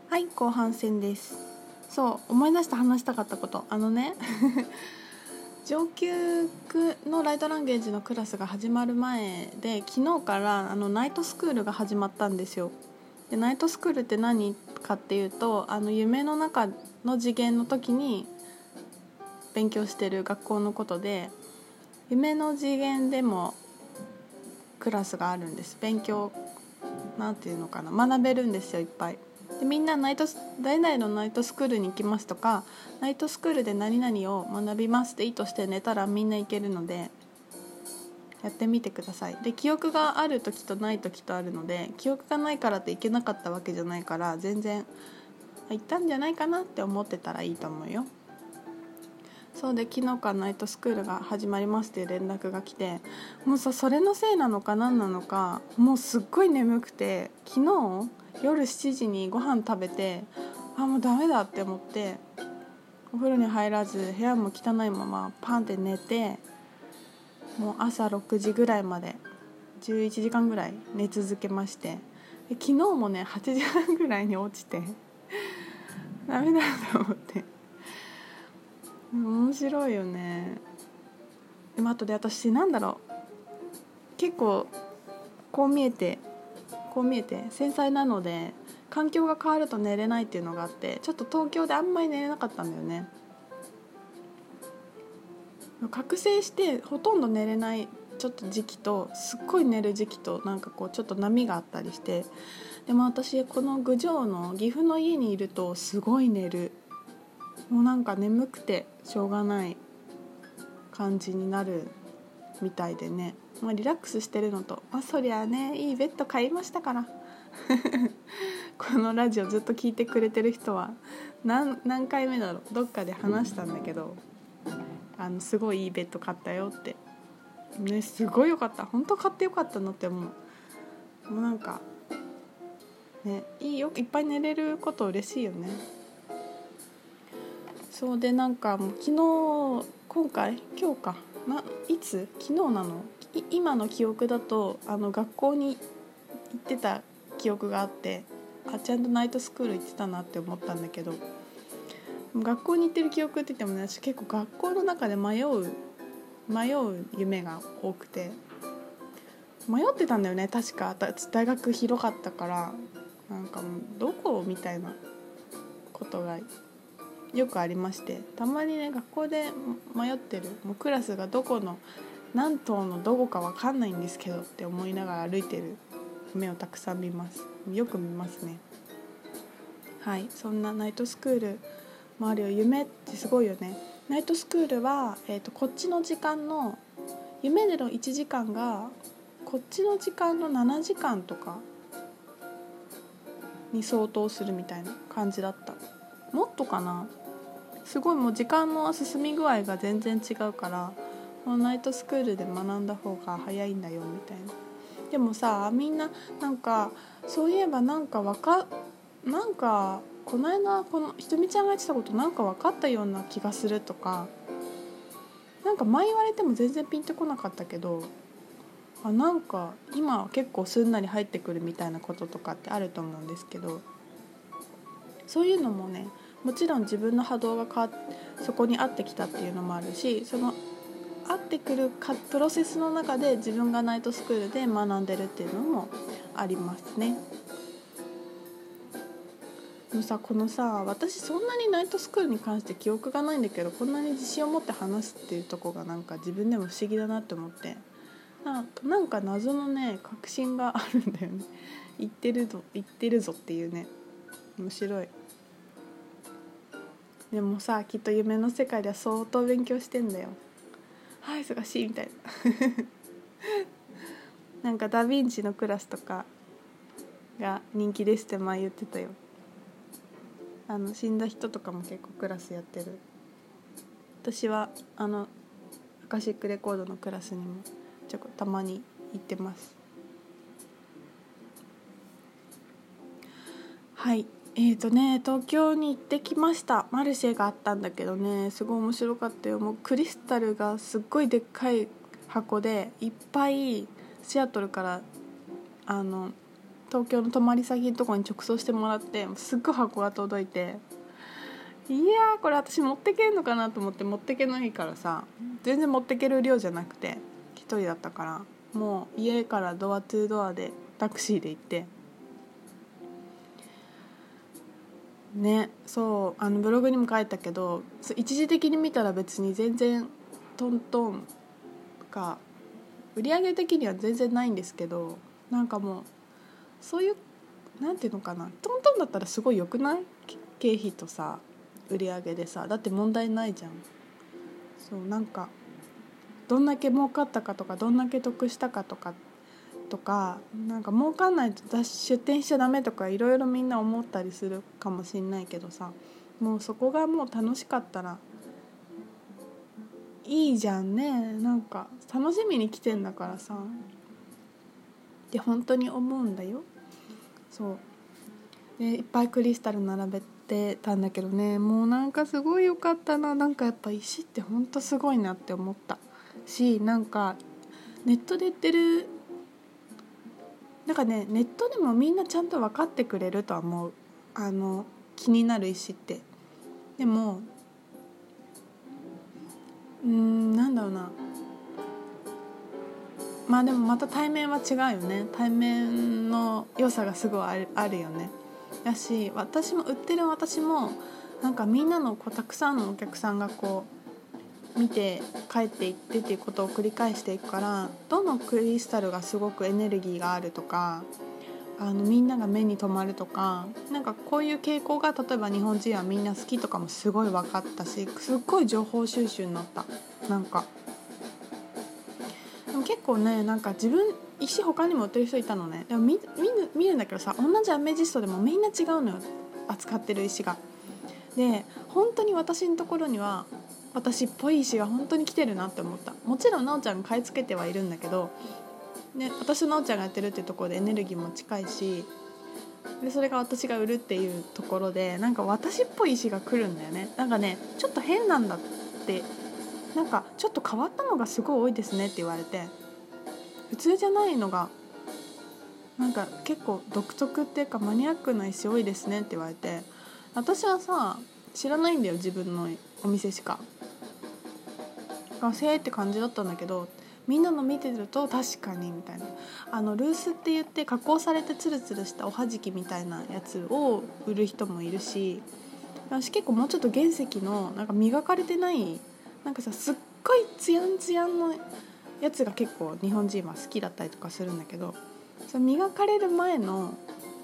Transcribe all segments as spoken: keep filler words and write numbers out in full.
はい、後半戦です。そう思い出して話したかったこと、あのね上級のライトランゲージのクラスが始まる前で、昨日からあのナイトスクールが始まったんですよ。でナイトスクールって何かっていうと、あの夢の中の次元の時に勉強してる学校のことで、夢の次元でもクラスがあるんです。勉強なんていうのかな、学べるんですよ、いっぱい。でみんなナイト誰々のナイトスクールに行きますとか、ナイトスクールで何々を学びますって意図して寝たらみんな行けるので、やってみてください。で記憶がある時とない時とあるので、記憶がないからって行けなかったわけじゃないから、全然行ったんじゃないかなって思ってたらいいと思うよ。そうで、昨日からナイトスクールが始まりますっていう連絡が来て、もうさ、それのせいなのか何なのか、もうすっごい眠くて、昨日夜しちじにご飯食べて、あもうダメだって思って、お風呂に入らず部屋も汚いままパンって寝て、もう朝ろくじぐらいまでじゅういちじかんぐらい寝続けまして、で昨日もねはちじはんぐらいに落ちてダメだと思って、面白いよね。でもあとで私なんだろう、結構こう見えてこう見えて繊細なので、環境が変わると寝れないっていうのがあって、ちょっと東京であんまり寝れなかったんだよね。覚醒してほとんど寝れないちょっと時期と、すっごい寝る時期と、なんかこうちょっと波があったりして、でも私この郡上の岐阜の家にいるとすごい寝る。もうなんか眠くてしょうがない感じになるみたいでね、まあ、リラックスしてるのと、まあ、そりゃねいいベッド買いましたからこのラジオずっと聞いてくれてる人は 何, 何回目だろう、どっかで話したんだけど、あのすごいいいベッド買ったよって、ね、すごいよかった、本当買ってよかったのって思う。もうなんかね、いいよ、いっぱい寝れること嬉しいよね。そうで、なんかもう昨日今回今日かないつ昨日なの、今の記憶だと、あの学校に行ってた記憶があって、あちゃんとナイトスクール行ってたなって思ったんだけど、学校に行ってる記憶って言ってもね、私結構学校の中で迷う迷う夢が多くて、迷ってたんだよね。確か大学広かったから、なんかもうどこみたいなことがよくありまして、たまにね学校で迷ってる、もうクラスがどこの何棟のどこか分かんないんですけどって思いながら歩いてる夢をたくさん見ます。よく見ますね。はい、そんなナイトスクールもあるよ。夢ってすごいよね。ナイトスクールは、えーと、こっちの時間の夢でのいちじかんがこっちの時間のななじかんとかに相当するみたいな感じだった。もっとかな。すごいもう時間の進み具合が全然違うから、もうナイトスクールで学んだ方が早いんだよみたいな。でもさ、みんななんかそういえばなんかわかなんかこの間このひとみちゃんが言ってたことなんか分かったような気がするとか、なんか前言われても全然ピンとこなかったけど、あなんか今結構すんなり入ってくるみたいなこととかってあると思うんですけど、そういうのもね、もちろん自分の波動が変わっそこに合ってきたっていうのもあるし、その合ってくるかプロセスの中で自分がナイトスクールで学んでるっていうのもありますね。でもさ、このさ、私そんなにナイトスクールに関して記憶がないんだけど、こんなに自信を持って話すっていうとこがなんか自分でも不思議だなって思って、なんか、なんか謎のね確信があるんだよね。言ってるぞ言ってるぞっていうね、面白い。でもさ、きっと夢の世界では相当勉強してんだよ。はい、忙しいみたいななんかダヴィンチのクラスとかが人気ですって前言ってたよ。あの死んだ人とかも結構クラスやってる。私はあのアカシックレコードのクラスにもちょこたまに行ってます。はい、えーとね東京に行ってきました。マルシェがあったんだけどね、すごい面白かったよ。もうクリスタルがすっごいでっかい箱でいっぱいシアトルからあの東京の泊まり先のとこに直送してもらって、すっごい箱が届いて、いやーこれ私持ってけんのかなと思って持ってけないからさ、全然持ってける量じゃなくて一人だったから、もう家からドアトゥードアでタクシーで行ってね。そうあのブログにも書いたけど、一時的に見たら別に全然トントンか売上的には全然ないんですけど、なんかもうそういうなんていうのかな、トントンだったらすごい良くない？経費とさ売上でさ、だって問題ないじゃん。そうなんかどんだけ儲かったかとかどんだけ得したかとかとか、なんか儲かんないと出店しちゃダメとかいろいろみんな思ったりするかもしんないけどさ、もうそこがもう楽しかったらいいじゃんね。なんか楽しみに来てんだからさって本当に思うんだよ。そうでいっぱいクリスタル並べてたんだけどね、もうなんかすごい良かったな。なんかやっぱ石って本当すごいなって思ったし、なんかネットで言ってるなんかね、ネットでもみんなちゃんと分かってくれるとは思う。あの気になる石って。でもうーんなんだろうな、まあでもまた対面は違うよね。対面の良さがすごいある、あるよね。だし私も売ってる私もなんかみんなのこうたくさんのお客さんがこう見て帰っていってっていうことを繰り返していくから、どのクリスタルがすごくエネルギーがあるとか、あのみんなが目に留まるとか、なんかこういう傾向が例えば日本人はみんな好きとかもすごい分かったし、すっごい情報収集になった。なんかでも結構ね、なんか自分石他にも売ってる人いたのね。でも 見, 見, る見るんだけどさ、同じアメジストでもみんな違うのよ、扱ってる石が。で本当に私のところには私っぽい石が本当に来てるなって思った。もちろんなおちゃんが買い付けてはいるんだけど、ね、私となおちゃんがやってるっていうところでエネルギーも近いし、でそれが私が売るっていうところで、なんか私っぽい石が来るんだよね。なんかねちょっと変なんだって、なんかちょっと変わったのがすごい多いですねって言われて、普通じゃないのがなんか結構独特っていうかマニアックな石多いですねって言われて、私はさ知らないんだよ、自分のお店しか。あせーって感じだったんだけど、みんなの見てると確かにみたいな、あのルースって言って加工されてツルツルしたおはじきみたいなやつを売る人もいるし、私結構もうちょっと原石のなんか磨かれてないなんかさ、すっごいツヤンツヤンのやつが結構日本人は好きだったりとかするんだけど、その磨かれる前の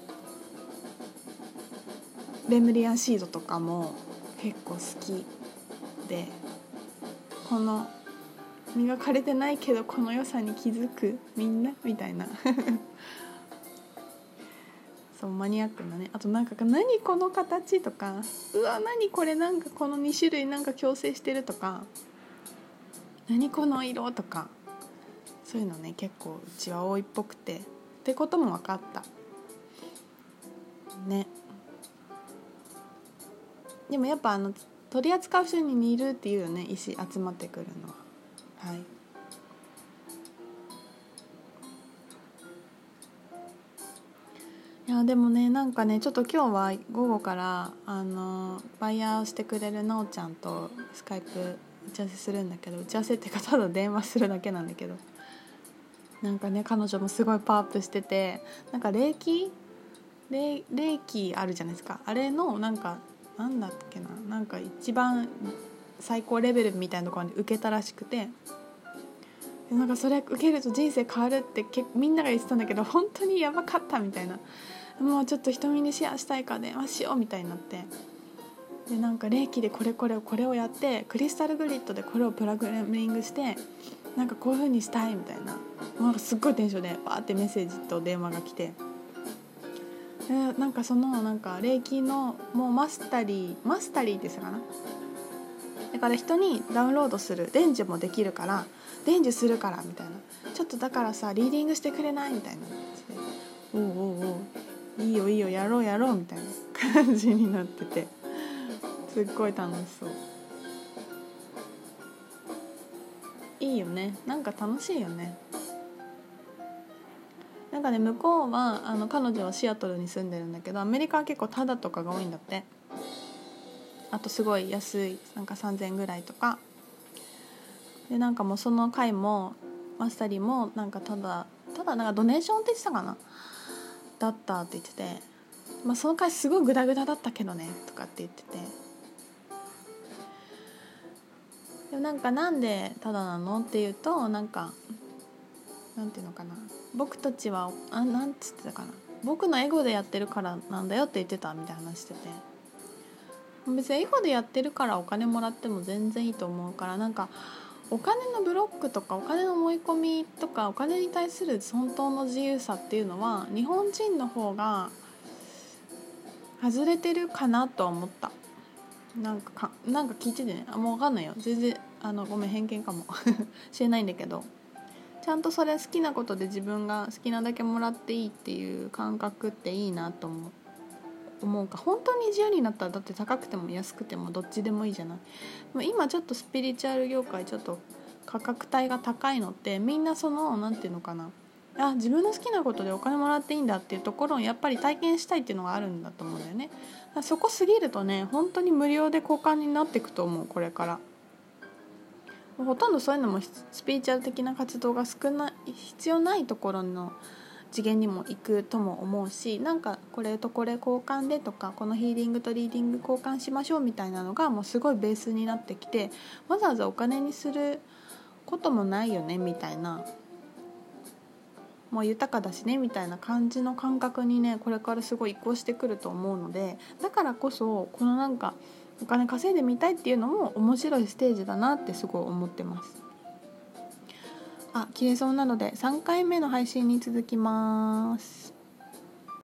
レムリアンシードとかも結構好きで、この磨かれてないけどこの良さに気づくみんなみたいなそうマニアックなね。あとなんか何この形とか、うわ何これなんかこのに種類なんか共生してるとか、何この色とか、そういうのね結構うちは多いっぽくてってことも分かったね。でもやっぱあの取り扱う人に似るっていうよね、石集まってくるのは。はい。いやでもね、なんかねちょっと今日は午後からあのバイヤーをしてくれるなおちゃんとスカイプ打ち合わせするんだけど、打ち合わせっていうかただ電話するだけなんだけど、なんかね彼女もすごいパワーアップしてて、なんか霊気霊霊気あるじゃないですか、あれのなんかなんだっけな、なんか一番最高レベルみたいなところに受けたらしくて、でなんかそれ受けると人生変わるって結みんなが言ってたんだけど、本当にやばかったみたいな、もうちょっと人見にシェアしたいから電話しようみたいになって、でなんか霊気でこれこれをこれをやって、クリスタルグリッドでこれをプログラミングしてなんかこういう風にしたいみたいな、なんかすっごいテンションでバーってメッセージと電話が来て、でなんかそのなんか霊気のもうマスタリーマスタリーですかな、だから人にダウンロードする伝授もできるから伝授するからみたいな、ちょっとだからさリーディングしてくれないみたいな感じで、おうおうおういいよいいよやろうやろうみたいな感じになってて、すっごい楽しそう。いいよね、なんか楽しいよね。 なんかね向こうはあの彼女はシアトルに住んでるんだけど、アメリカは結構タダとかが多いんだって。あとすごい安いなんかさんぜんえんぐらいとかで、なんかもうその回もマスタリーもなんかただただなんかドネーションって言ってたかなだったって言ってて、まあ、その回すごいグダグダだったけどねとかって言ってて、でもなんかなんでただなのっていうと、なんかなんていうのかな、僕たちはあなんつってたかな、僕のエゴでやってるからなんだよって言ってたみたいな話してて、別にエゴでやってるからお金もらっても全然いいと思うから、なんかお金のブロックとかお金の思い込みとかお金に対する本当の自由さっていうのは日本人の方が外れてるかなとは思った。なんかかなんか聞いててね、あもう分かんないよ全然、あのごめん偏見かもしれないんだけど、ちゃんとそれ好きなことで自分が好きなだけもらっていいっていう感覚っていいなと思う思うか。本当に自由になったらだって高くても安くてもどっちでもいいじゃない。でも今ちょっとスピリチュアル業界ちょっと価格帯が高いのってみんなそのなんていうのかな、あ自分の好きなことでお金もらっていいんだっていうところをやっぱり体験したいっていうのがあるんだと思うんだよね。だからそこ過ぎるとね本当に無料で交換になっていくと思う。これからほとんどそういうのもスピリチュアル的な活動が少ない必要ないところの次元にも行くとも思うし、なんかこれとこれ交換でとかこのヒーリングとリーディング交換しましょうみたいなのがもうすごいベースになってきて、わざわざお金にすることもないよねみたいな、もう豊かだしねみたいな感じの感覚にねこれからすごい移行してくると思うので、だからこそこのなんかお金稼いでみたいっていうのも面白いステージだなってすごい思ってます。あ、切れそうなのでさんかいめの配信に続きます。